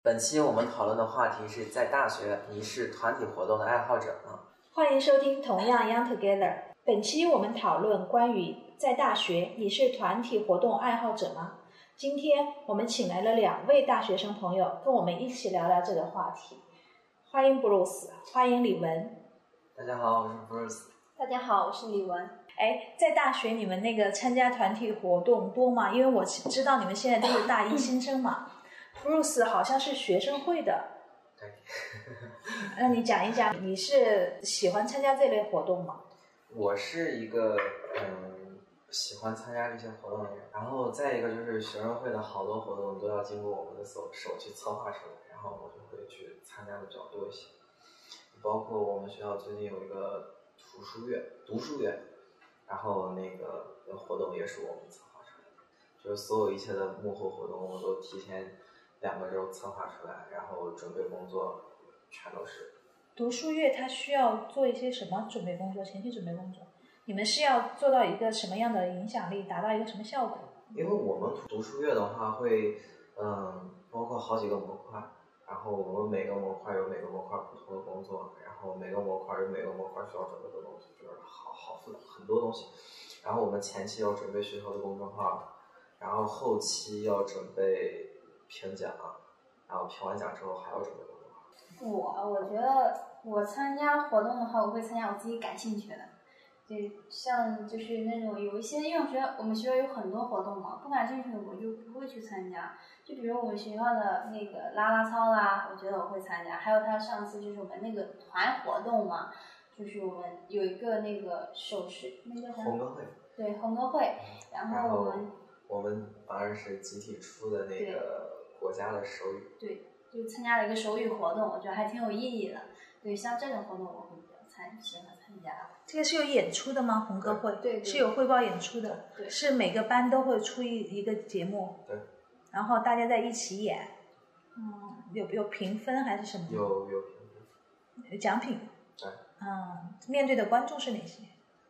本期我们讨论的话题是在大学你是团体活动的爱好者吗？ 欢迎收听同样 Young Together。本期我们讨论关于在大学你是团体活动爱好者吗？今天我们请来了2位大学生朋友跟我们一起聊聊这个话题。欢迎 Bruce， 欢迎李文。 大家好，我是 Bruce。 大家好，我是李文。 在大学你们那个参加团体活动多吗？因为我知道你们现在都是大一新生嘛。Bruce 好像是学生会的。 对。 那你讲一讲，你是喜欢参加这类活动吗？ 我是一个喜欢参加这些活动的人，然后再一个就是学生会的好多活动都要经过我们的手去策划出来，然后我就会去参加的比较多一些。包括我们学校最近有一个读书月，然后那个活动也是我们策划出来的，就是所有一切的幕后活动我都提前2个周策划出来，然后准备工作全都是。 读书月它需要做一些什么准备工作？前期准备工作，你们是要做到一个什么样的影响力，达到一个什么效果？ 因为我们读书月的话会包括好几个模块，然后我们每个模块有每个模块不同的工作，然后每个模块有每个模块需要准备的东西，就是好复杂很多东西。然后我们前期要准备学校的公众号，然后后期要准备评奖，然后评完奖之后还要准备公众号。 我觉得我参加活动的话，我会参加我自己感兴趣的，就像就是那种有一些，因为我们学校有很多活动嘛，不感兴趣的我就不会去参加。就比如我们学校的那个拉操啦，我觉得我会参加。还有他上次就是我们那个团活动嘛，就是我们有一个那个手势，那个红歌会。 对，红歌会，然后我们反而是集体出的那个国家的手语。 对。就参加了一个手语活动，我觉得还挺有意义的。对，像这种活动我会比较喜欢参加。 这个是有演出的吗？红歌会？ 对， 是有汇报演出的。 对， 是每个班都会出一个节目。 对。 然后大家在一起演。有评分还是什么？ 有评分。 有奖品。 对。 面对的观众是哪些？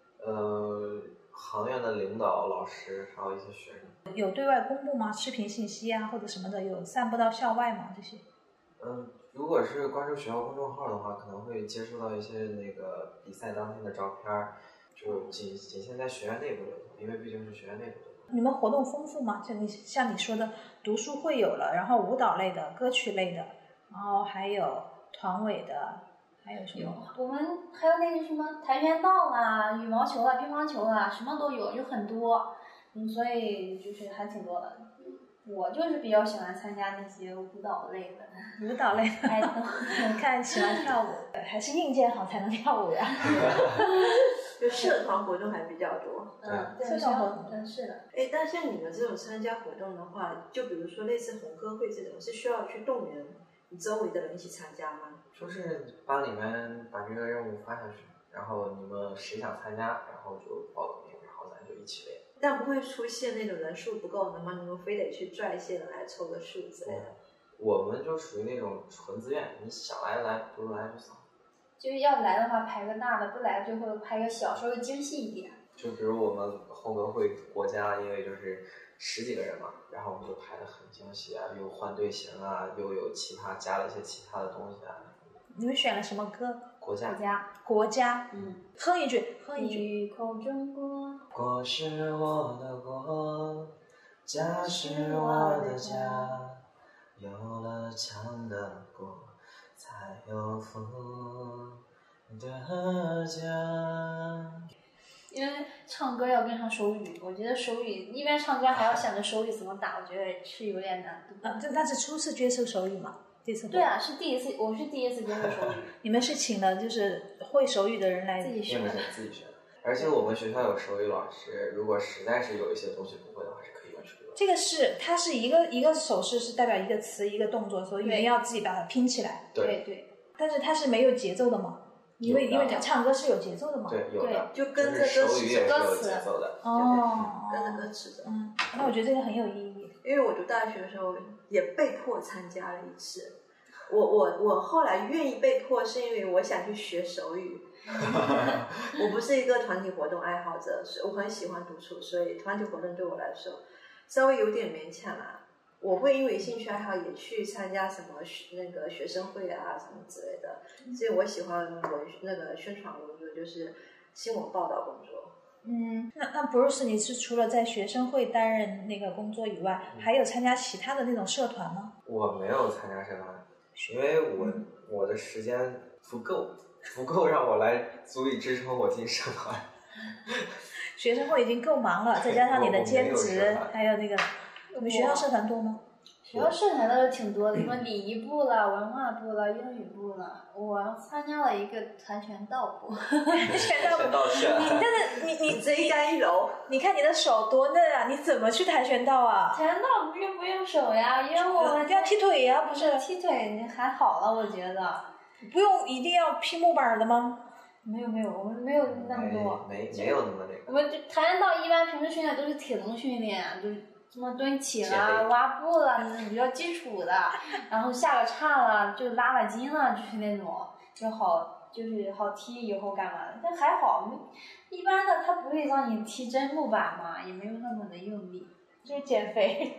行业的领导、老师，还有一些学生。 有对外公布吗？视频信息啊，或者什么的，有散布到校外吗？这些？ 如果是关注学校公众号的话，可能会接触到一些那个比赛当天的照片，就仅限在学院内部的，因为毕竟是学院内部的。 你们活动丰富吗？像你说的，读书会有了，然后舞蹈类的、歌曲类的，然后还有团委的。还有什么？ 我们还有那个什么跆拳道啦、羽毛球啦、乒乓球啦，什么都有，有很多。所以就是还挺多的。我就是比较喜欢参加那些舞蹈类的。 舞蹈类的，你看喜欢跳舞，还是硬件好才能跳舞呀。 就社团活动还比较多。 对， 社团活动是的。 但像你们这种参加活动的话，就比如说类似红歌会这种，是需要去动员你周围的人一起参加吗？ 就是班里面把这个任务发下去，然后你们谁想参加，然后就报个名，然后咱就一起练。 但不会出现那种人数不够的吗？你们非得去拽一些人来凑个数之类的？ 我们就属于那种纯自愿，你想来来，不来就算了。 就是要来的话排个大的，不来就会排个小，稍微精细一点。 就比如我们红歌会国家，因为就是10几个人嘛，然后我们就排得很精细啊，又换队形啊，又有加了一些其他的东西啊。 你们选了什么歌？ 国家。 哼一句。 异口中国。 国是我的国，家是我的家，有了强的国，才有富的家。 因为唱歌要跟上手语，我觉得手语一边唱歌还要想着手语怎么打，我觉得是有点难度。 那是初次接受手语吗？ 对啊，是第一次，我是第一次接受手语。 你们是请了就是会手语的人来自己学的？ 自己学的。而且我们学校有手语老师，如果实在是有一些东西不会的话，是可以完全的。 这个它是一个手势是代表一个词一个动作，所以你们要自己把它拼起来。 对。 但是它是没有节奏的吗？因为他唱歌是有节奏的嘛。 对，有的。 就跟着歌词手语也是有节奏的。 跟着歌词的。 那我觉得这个很有意义。 因为我读大学的时候也被迫参加了一次。我后来愿意被迫，是因为我想去学手语。我不是一个团体活动爱好者，我很喜欢独处，所以团体活动对我来说稍微有点勉强啦。 我会因为兴趣爱好也去参加什么那个学生会啊什么之类的，所以我喜欢那个宣传工作，就是新闻报道工作。 那 Bruce 你是除了在学生会担任那个工作以外，还有参加其他的那种社团吗？ 我没有参加社团，因为我的时间不够让我来足以支撑我进社团。 学生会已经够忙了，再加上你的兼职，还有那个，你们学校社团多吗？ 学校社团倒是挺多的，什么礼仪部了、文化部了、英语部了。我参加了一个跆拳道部。 跆拳道你这一干一柔， 你看你的手多嫩啊，你怎么去跆拳道啊？ 跆拳道不用手呀，因为我们要踢腿呀，不是？ 踢腿还好了，我觉得。 不用一定要劈木板的吗？ 没有，我们没有那么多。 没有那么那个。 我们跆拳道一般平时训练都是体能训练，就是什么蹲起啦、蛙步啦，那种比较基础的，然后下个叉啦，就拉拉筋啦，就是那种就是好踢以后干嘛的。但还好，一般的他不会让你踢真木板嘛，也没有那么的用力。 就是减肥，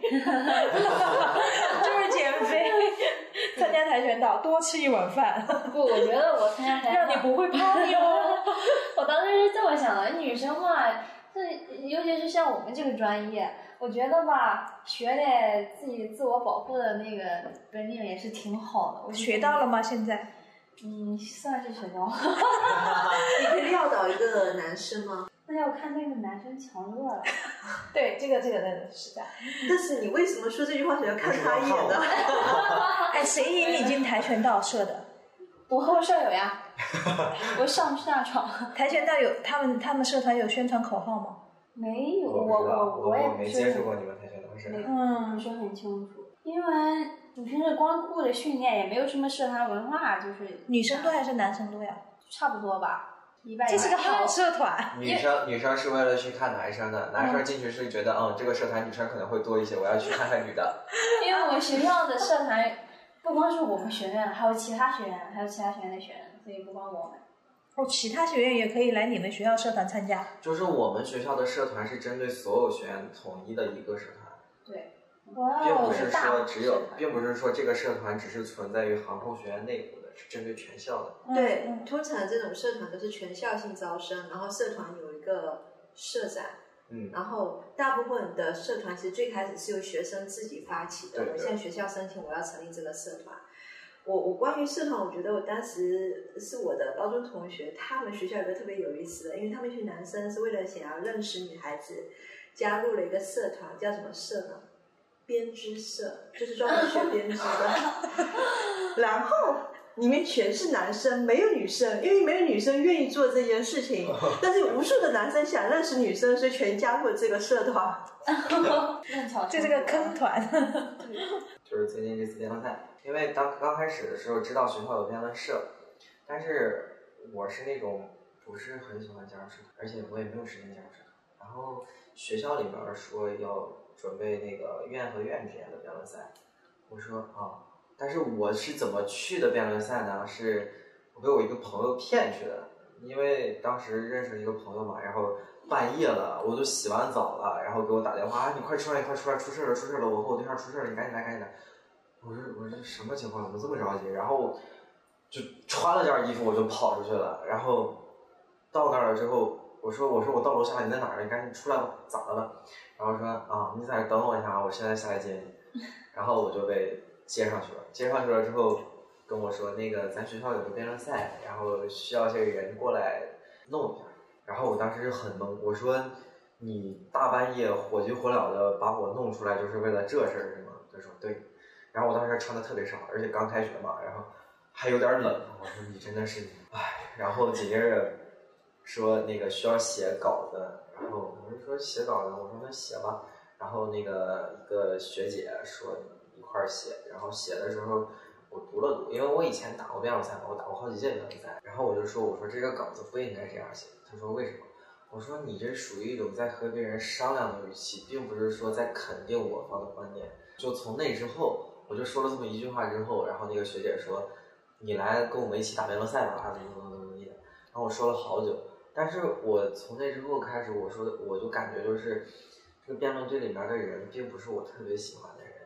就是减肥。参加跆拳道，多吃一碗饭。 不，我觉得我参加跆拳道让你不会胖哟。 我当时是这么想的，女生嘛，尤其是像我们这个专业，我觉得吧，学点自己自我保护的那个本领也是挺好的。我学到了吗？现在？ 算是学到了。 你可以撂倒一个男生吗？ 那要看那个男生强弱了。 对，这个是的。 但是你为什么说这句话时要看他一眼呢？ 哎，谁引你进跆拳道社的？ 我和我舍友呀。我上不下床。 跆拳道有他们社团有宣传口号吗？ 没有， 我也没接触过你们跆拳道社。 不是很清楚，因为你平时光顾着训练，也没有什么社团文化，就是女生多还是男生多呀？ 差不多吧。 这是个好社团。 女生是为了去看男生的，男生进去是觉得这个社团女生可能会多一些，我要去看看女的。 因为我们学校的社团不光是我们学院，还有其他学院，的学员，所以不光我们。 其他学院也可以来你们学校社团参加。 就是我们学校的社团是针对所有学院统一的一个社团。 对。 并不是说这个社团只是存在于航空学院内部的，是针对全校的。 对，通常这种社团都是全校性招生，然后社团有一个社长，然后大部分的社团其实最开始是由学生自己发起的。我向学校申请我要成立这个社团。我关于社团，我觉得我当时是我的高中同学，他们学校有个特别有意思的，因为他们一群男生是为了想要认识女孩子，加入了一个社团，叫什么社呢？编织社，就是专门学编织的。然后里面全是男生，没有女生，因为没有女生愿意做这件事情，但是有无数的男生想认识女生，所以全加入了这个社团。 这是个坑团。 就是最近这次辩论赛，因为刚开始的时候知道学校有辩论社，但是我是那种不是很喜欢加入社团，而且我也没有时间加入社团。然后学校里面说要准备那个院和院之间的辩论赛，我说但是我是怎么去的辩论赛呢？是我被我一个朋友骗去的，因为当时认识了一个朋友嘛，然后半夜了，我都洗完澡了，然后给我打电话，你快出来，出事了，我和我对象出事了，你赶紧来。我说什么情况？怎么这么着急？然后就穿了件衣服我就跑出去了，然后到那儿了之后。我说我到楼下，你在哪儿？你赶紧出来吧，咋的了？然后说你在这等我一下，我现在下来接你。然后我就被接上去了。接上去了之后，跟我说那个咱学校有个辩论赛，然后需要些人过来弄一下。然后我当时就很懵，我说你大半夜火急火燎的把我弄出来，就是为了这事儿是吗？他说对。然后我当时穿的特别少，而且刚开学嘛，然后还有点冷。我说你真的是然后紧接着。说那个需要写稿子，然后我就说写稿子，我说那写吧。然后那个一个学姐说一块儿写，然后写的时候我读了读，因为我以前打过辩论赛嘛，我打过好几届辩论赛。然后我就说这个稿子不应该这样写。他说为什么？我说你这属于一种在和别人商量的语气，并不是说在肯定我方的观点。就从那之后，我就说了这么一句话之后，然后那个学姐说你来跟我们一起打辩论赛吧，怎么地的。然后我说了好久。但是我从那之后开始，我就感觉就是这个辩论队里面的人并不是我特别喜欢的人，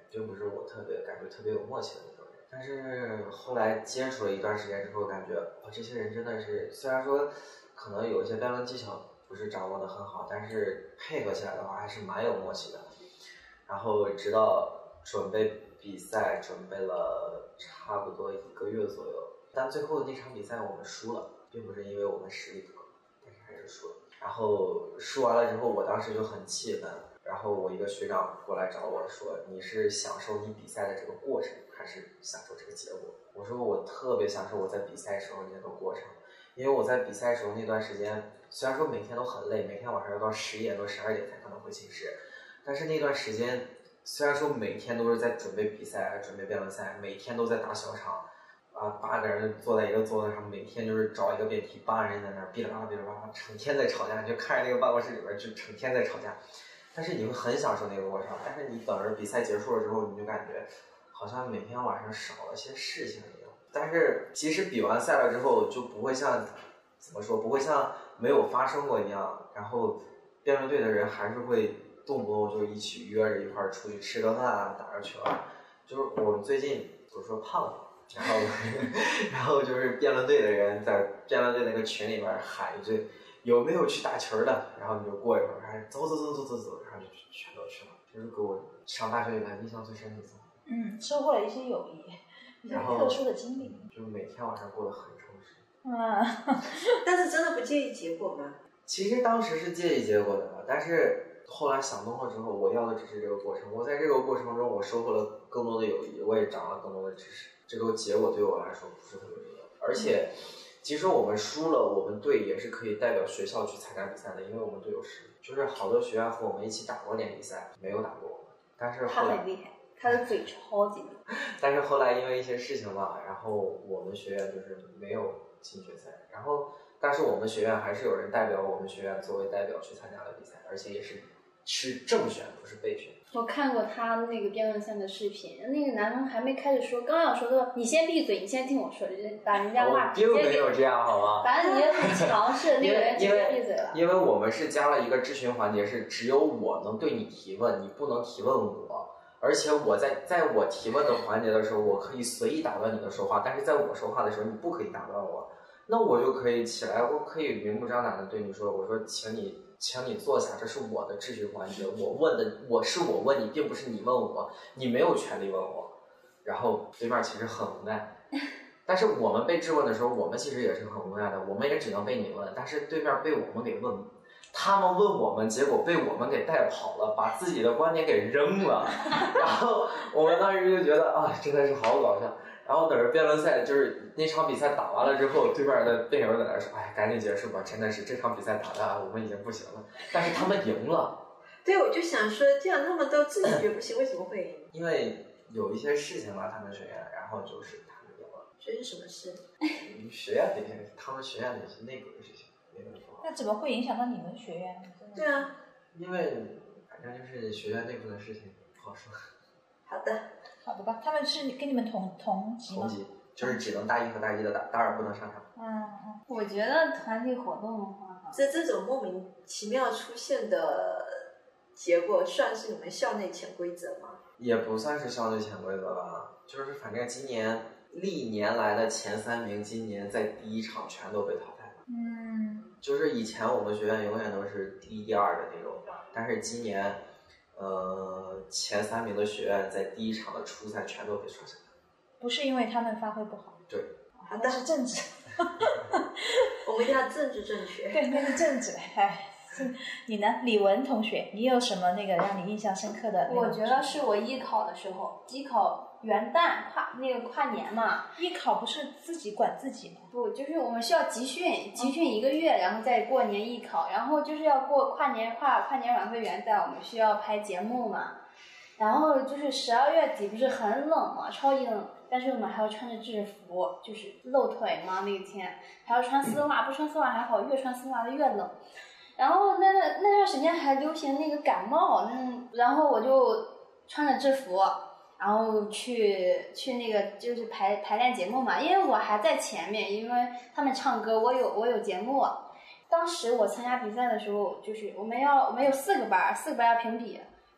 并不是我感觉特别有默契的那种人。但是后来接触了一段时间之后，感觉这些人真的是，虽然说可能有一些辩论技巧不是掌握的很好，但是配合起来的话还是蛮有默契的。然后直到准备比赛，准备了差不多1个月左右，但最后那场比赛我们输了，并不是因为我们实力不够，但是还是输了。然后输完了之后，我当时就很气愤。然后我一个学长过来找我说，你是享受你比赛的这个过程，还是享受这个结果？我说我特别享受我在比赛时候那个过程，因为我在比赛时候那段时间，虽然说每天都很累，每天晚上要到11点多12点才可能回寝室，但是那段时间虽然说每天都是在准备比赛、准备辩论赛，每天都在打小场，8个人坐在一个座子上，每天就是找一个辩题，8人在那儿哔哩吧啦哔哩吧啦，成天在吵架，就看着那个办公室里边就成天在吵架。但是你会很享受那个过程，但是你等着比赛结束了之后，你就感觉好像每天晚上少了些事情一样。但是其实比完赛了之后，就不会像怎么说，不会像没有发生过一样。然后辩论队的人还是会动不动就一起约着一块儿出去吃个饭啊，打个球啊。就是我们最近不是说胖了，然后就是辩论队的人在辩论队那个群里面喊一句，有没有去打球的？然后你就过一会儿，还走，然后就全都去了。这是给我上大学以来印象最深的一次。 收获了一些友谊，一些特殊的经历。 就每天晚上过得很充实。 但是真的不介意结果吗？ 其实当时是介意结果的，但是后来想通了之后，我要的只是这个过程。我在这个过程中，我收获了更多的友谊，我也长了更多的知识。这个结果对我来说不是特别重要，而且即使我们输了，我们队也是可以代表学校去参加比赛的，因为我们队有实力。就是好多学院和我们一起打过点比赛，没有打过我们，但是后来他很厉害，他的嘴超级厉害。 但是后来因为一些事情嘛，然后我们学院就是没有进决赛，然后但是我们学院还是有人代表我们学院作为代表去参加了比赛，而且也是正选，不是备选。 我看过他那个辩论赛的视频，那个男生还没开始说，刚要说的，你先闭嘴，你先听我说，把人家话并没有这样，好吗？ 反正你就很强势，那个人直接闭嘴了。 因为我们是加了一个质询环节，是只有我能对你提问，你不能提问我。而且我在我提问的环节的时候，我可以随意打断你的说话，但是在我说话的时候，你不可以打断我。那我就可以起来，我可以明目张胆的对你说，我说请你坐下，这是我的质询环节，我问你，并不是你问我，你没有权利问我。然后对面其实很无奈，但是我们被质问的时候，我们其实也是很无奈的，我们也只能被你问，但是对面被我们给问，他们问我们，结果被我们给带跑了，把自己的观点给扔了，然后我们当时就觉得真的是好搞笑。然后等着辩论赛，就是那场比赛打完了之后，对面的辩友在那说：“赶紧结束吧，真的是这场比赛打的我们已经不行了。”但是他们赢了。 对，我就想说，这样他们都自己觉得不行，为什么会赢？ 因为有一些事情嘛，他们学院，然后就是他们赢了。 这是什么事？ 学院的一些，他们学院的一些内部的事情，没有说。 那怎么会影响到你们学院？ 对啊， 因为反正就是学院内部的事情不好说。 好的。 好的吧，他们是跟你们同级吗？ 同级，就是只能大一和大一的打，大二不能上场。 我觉得团体活动的话， 这种莫名其妙出现的结果，算是你们校内潜规则吗？ 也不算是校内潜规则吧，就是反正今年历年来的前3名，今年在第一场全都被淘汰了。就是以前我们学院永远都是第1、第2的那种，但是今年。前3名的学院在第一场的初赛全都被刷下来， 不是因为他们发挥不好， 对， 好的是政治， 我们一定要政治正确， 对，那是政治。你呢，李文同学，你有什么那个让你印象深刻的？ 我觉得是我艺考的时候，艺考元旦跨年嘛， 艺考不是自己管自己吗？ 不，就是我们需要集训1个月，然后再过年艺考，然后就是要过跨年晚会元旦，我们需要拍节目嘛，然后就是12月底不是很冷嘛，超级冷，但是我们还要穿着制服，就是露腿嘛，那天还要穿丝袜，不穿丝袜还好，越穿丝袜的越冷。然后那段时间还流行那个感冒，然后我就穿着制服，然后去那个就是排练节目嘛，因为我还在前面，因为他们唱歌，我有节目。当时我参加比赛的时候，就是我们有4个班要评比，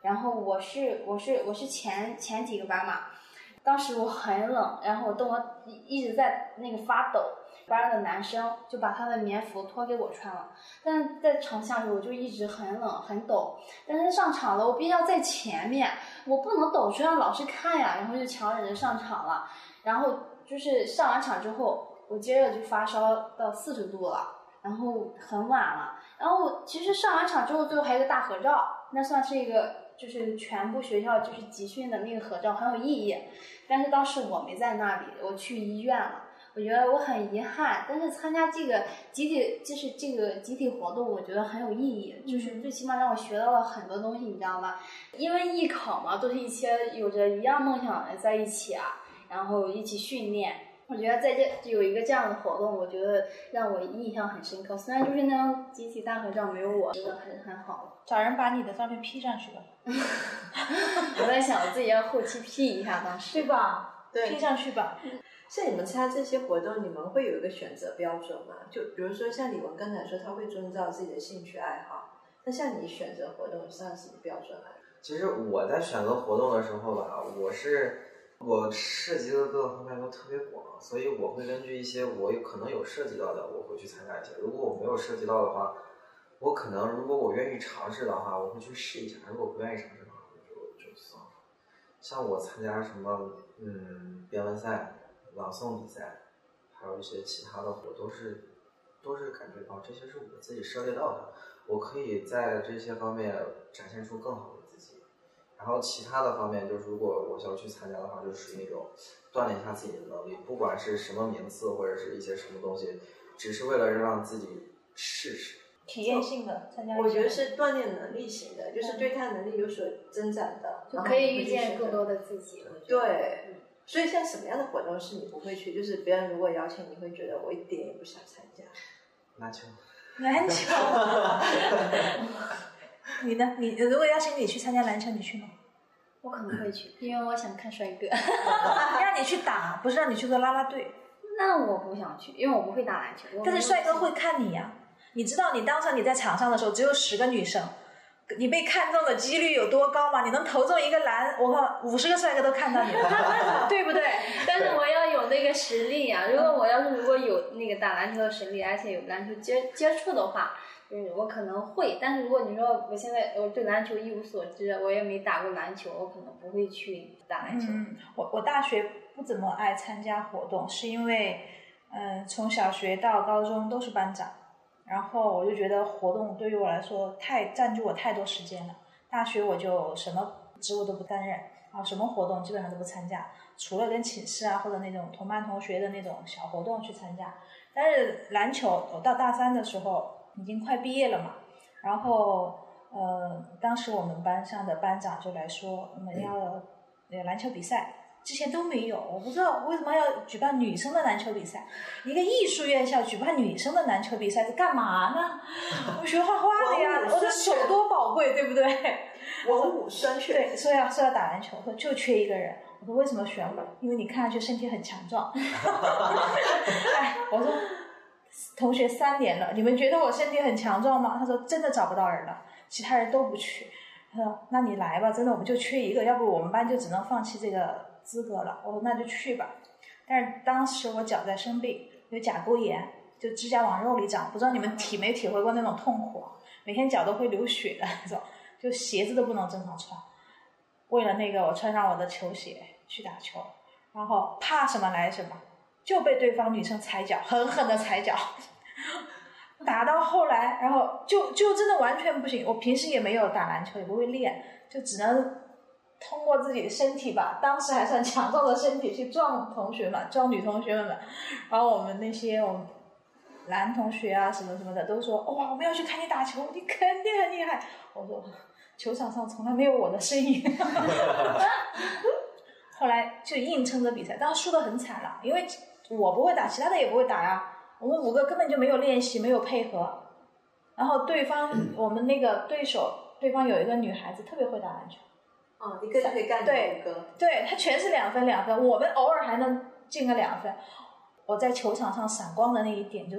然后我是前几个班嘛，当时我很冷，然后我一直在那个发抖，班的男生就把他的棉服脱给我穿了，但是在场下时我就一直很冷很抖，但是上场了我必须要在前面，我不能抖出让老师看呀，然后就强忍着上场了，然后就是上完场之后，我接着就发烧到40度了，然后很晚了，然后其实上完场之后最后还有个大合照，那算是一个就是全部学校就是集训的那个合照，很有意义。但是当时我没在那里，我去医院了，我觉得我很遗憾。但是参加这个集体活动，我觉得很有意义，就是最起码让我学到了很多东西，你知道吗？因为艺考嘛，都是一些有着一样梦想的人在一起啊，然后一起训练。我觉得在这有一个这样的活动，我觉得让我印象很深刻。虽然就是那张集体大合照没有我，觉得很好。 找人把你的照片 P 上去吧。 我在想我自己要后期 P 一下，当时对吧？ 对 ，P 上去吧。 像你们参加这些活动，你们会有一个选择标准吗？就比如说像李文刚才说，他会遵照自己的兴趣爱好。那像你选择活动是按什么标准来？ 其实我在选择活动的时候吧，我涉及的各个方面都特别广，所以我会根据一些我可能有涉及到的，我会去参加一些。如果我没有涉及到的话，我可能如果我愿意尝试的话，我会去试一下；如果不愿意尝试的话，就算了。像我参加什么辩论赛、朗诵比赛，还有一些其他的活，都是感觉到这些是我自己涉猎到的，我可以在这些方面展现出更好的自己。然后其他的方面就是，如果我要去参加的话，就属于那种锻炼一下自己的能力，不管是什么名次或者是一些什么东西，只是为了让自己试试。 体验性的参加， 我觉得是锻炼能力型的，就是对他能力有所增长的， 就可以遇见更多的自己。 对，所以像什么样的活动是你不会去？就是别人如果邀请，你会觉得我一点也不想参加。 篮球。 你呢？你如果邀请你去参加篮球，你去吗？ 我可能会去，因为我想看帅哥。 让你去打，不是让你去做啦啦队。 那我不想去，因为我不会打篮球。 但是帅哥会看你呀。你知道你当场你在场上的时候只有10个女生，你被看中的几率有多高吗？你能投中一个篮，我靠，50个帅哥都看到你了，对不对？ 但是我要有那个实力啊！如果有那个打篮球的实力，而且有篮球接触的话，我可能会。但是如果你说我现在我对篮球一无所知，我也没打过篮球，我可能不会去打篮球。 我大学不怎么爱参加活动，是因为从小学到高中都是班长。然后我就觉得活动对于我来说占据我太多时间了。大学我就什么职务都不担任，然后什么活动基本上都不参加，除了跟寝室啊或者那种同班同学的那种小活动去参加。但是篮球，我到大3的时候已经快毕业了嘛，然后当时我们班上的班长就来说，我们要篮球比赛。之前都没有，我不知道为什么要举办女生的篮球比赛。一个艺术院校举办女生的篮球比赛是干嘛呢？我学画画的呀，我的手多宝贵，对不对？ 文武双全。 对，说要打篮球，说就缺一个人。我说为什么选我？因为你看上去身体很强壮。哎，我说同学3年了，你们觉得我身体很强壮吗？他说真的找不到人了，其他人都不去。他说那你来吧，真的我们就缺一个，要不我们班就只能放弃这个资格了。我说那就去吧。但是当时我脚在生病，有甲沟炎，就指甲往肉里长，不知道你们没体会过那种痛苦，每天脚都会流血的那种，就鞋子都不能正常穿。为了那个我穿上我的球鞋去打球，然后怕什么来什么，就被对方女生踩脚，狠狠的踩脚。打到后来，然后就真的完全不行。我平时也没有打篮球，也不会练，就只能通过自己的身体吧，当时还算强壮的身体去撞女同学们。然后我们男同学啊什么什么的都说，哇，我们要去看你打球，你肯定很厉害。我说球场上从来没有我的身影。后来就硬撑着比赛，当时输得很惨了，因为我不会打，其他的也不会打呀。我们5个根本就没有练习，没有配合。然后我们那个对方有一个女孩子特别会打篮球。 哦，一个就可以干2个。 对，她全是2分，我们偶尔还能进个2分。我在球场上闪光的那一点就是，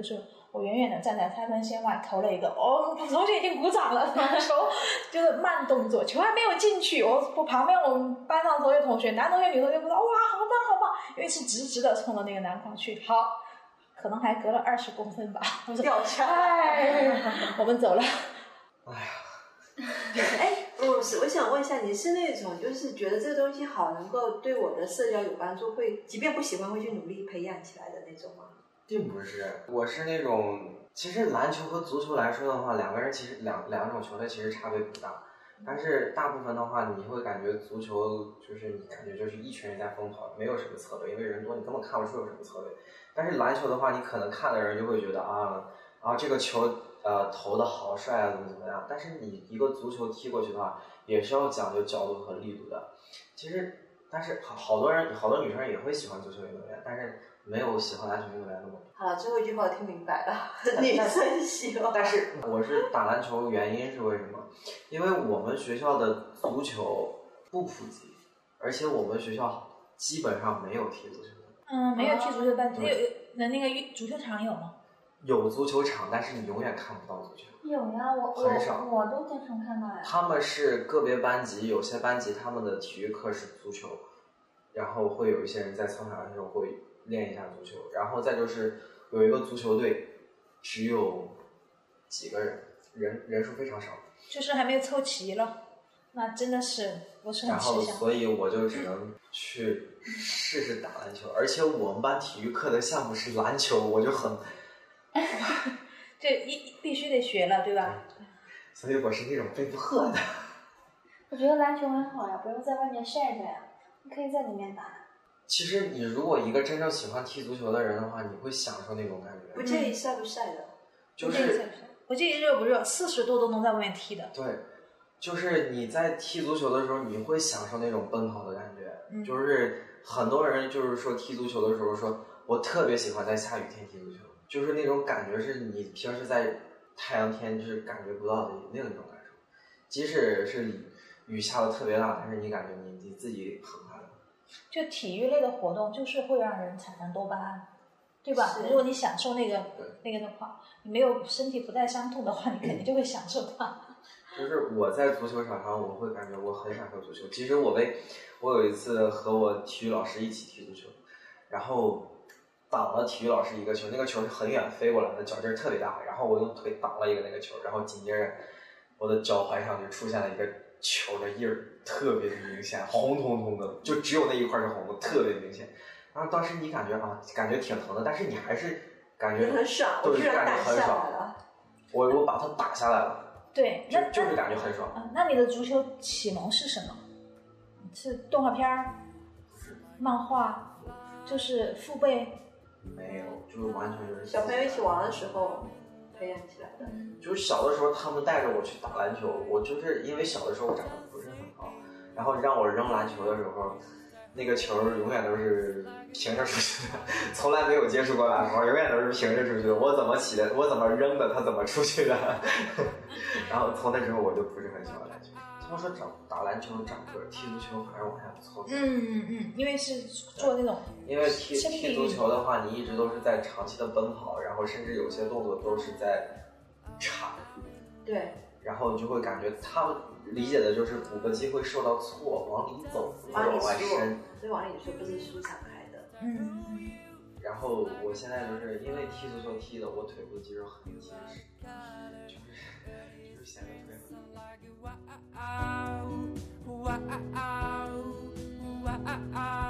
我远远的站在3分线外投了一个，同学已经鼓掌了，球就是慢动作，球还没有进去，我旁边我们班上所有同学，男同学女同学不知道，哇，好棒好棒，因为是直直的冲到那个篮筐去，好，可能还隔了20公分吧，我说掉下来， 我们走了。 哎呀， 哎，我想问一下，你是那种就是觉得这个东西好，能够对我的社交有帮助，会即便不喜欢会去努力培养起来的那种吗？ 并不是，我是那种，其实篮球和足球来说的话，两个人其实两种球类其实差别不大，但是大部分的话，你会感觉足球就是你感觉就是一群人在疯跑，没有什么策略，因为人多，你根本看不出有什么策略。但是篮球的话，你可能看的人就会觉得这个球投的好帅啊，怎么样？但是你一个足球踢过去的话，也是要讲究角度和力度的。其实，但是好多女生也会喜欢足球运动员，但是没有喜欢篮球运动员那么多。 好了，最后一句话我听明白了，女生喜欢。 但是我是打篮球，原因是为什么？因为我们学校的足球不普及，而且我们学校基本上没有踢足球的。 没有踢足球班，那个足球场有吗？ 有足球场，但是你永远看不到足球。 有呀，我都经常看到呀。 他们是个别班级，有些班级他们的体育课是足球，然后会有一些人在操场上的时候会练一下足球，然后再就是有一个足球队，只有几个人，人数非常少， 就是还没有凑齐了，那真的是不是很吃香。 然后所以我就只能去试试打篮球，而且我们班体育课的项目是篮球，我就很这必须得学了，对吧？ 所以我是那种被迫的。 我觉得篮球很好呀，不用在外面晒着呀，你可以在里面打。 其实你如果一个真正喜欢踢足球的人的话，你会享受那种感觉。 不介意晒不晒的， 就是不介意热不热，40度都能在外面踢的。 对，就是你在踢足球的时候，你会享受那种奔跑的感觉。就是很多人就是说踢足球的时候说，我特别喜欢在下雨天踢足球，就是那种感觉是你平时在太阳天就是感觉不到的那种感受。即使是雨下的特别大，但是你感觉你自己很快乐。 就体育类的活动就是会让人产生多巴胺，对吧？如果你享受那个的话，你没有身体不再伤痛的话，你肯定就会享受它。 就是我在足球场上，我会感觉我很享受足球。其实我有一次和我体育老师一起踢足球，然后挡了体育老师一个球，那个球是很远飞过来的，脚劲儿特别大，然后我用腿挡了一个那个球，然后紧接着我的脚踝上就出现了一个球的印儿，特别的明显，红彤彤的，就只有那一块是红的，特别明显。然后当时你感觉挺疼的，但是你还是感觉很爽，我居然打下来了。 我把它打下来了。 对， 就是感觉很爽。 那你的足球启蒙是什么？是动画片儿、漫画，就是父辈？ 没有，就是完全就是小朋友一起玩的时候培养起来的。 就是小的时候他们带着我去打篮球，我就是因为小的时候我长得不是很高，然后让我扔篮球的时候，那个球永远都是平着出去的，从来没有接触过篮筐，永远都是平着出去的。我怎么起的，我怎么扔的，它怎么出去的。然后从那之后我就不是很喜欢篮球。他们说打篮球长个，踢足球反而往下凑。 因为是做那种， 因为踢足球的话，你一直都是在长期的奔跑，然后甚至有些动作都是在铲。 对。 然后你就会感觉他们理解的就是骨骼肌会受到挫，往里走，往外伸， 所以往里说不是舒展开的。 然后我现在就是因为踢足球踢的，我腿部肌肉很结实，就是显得腿很。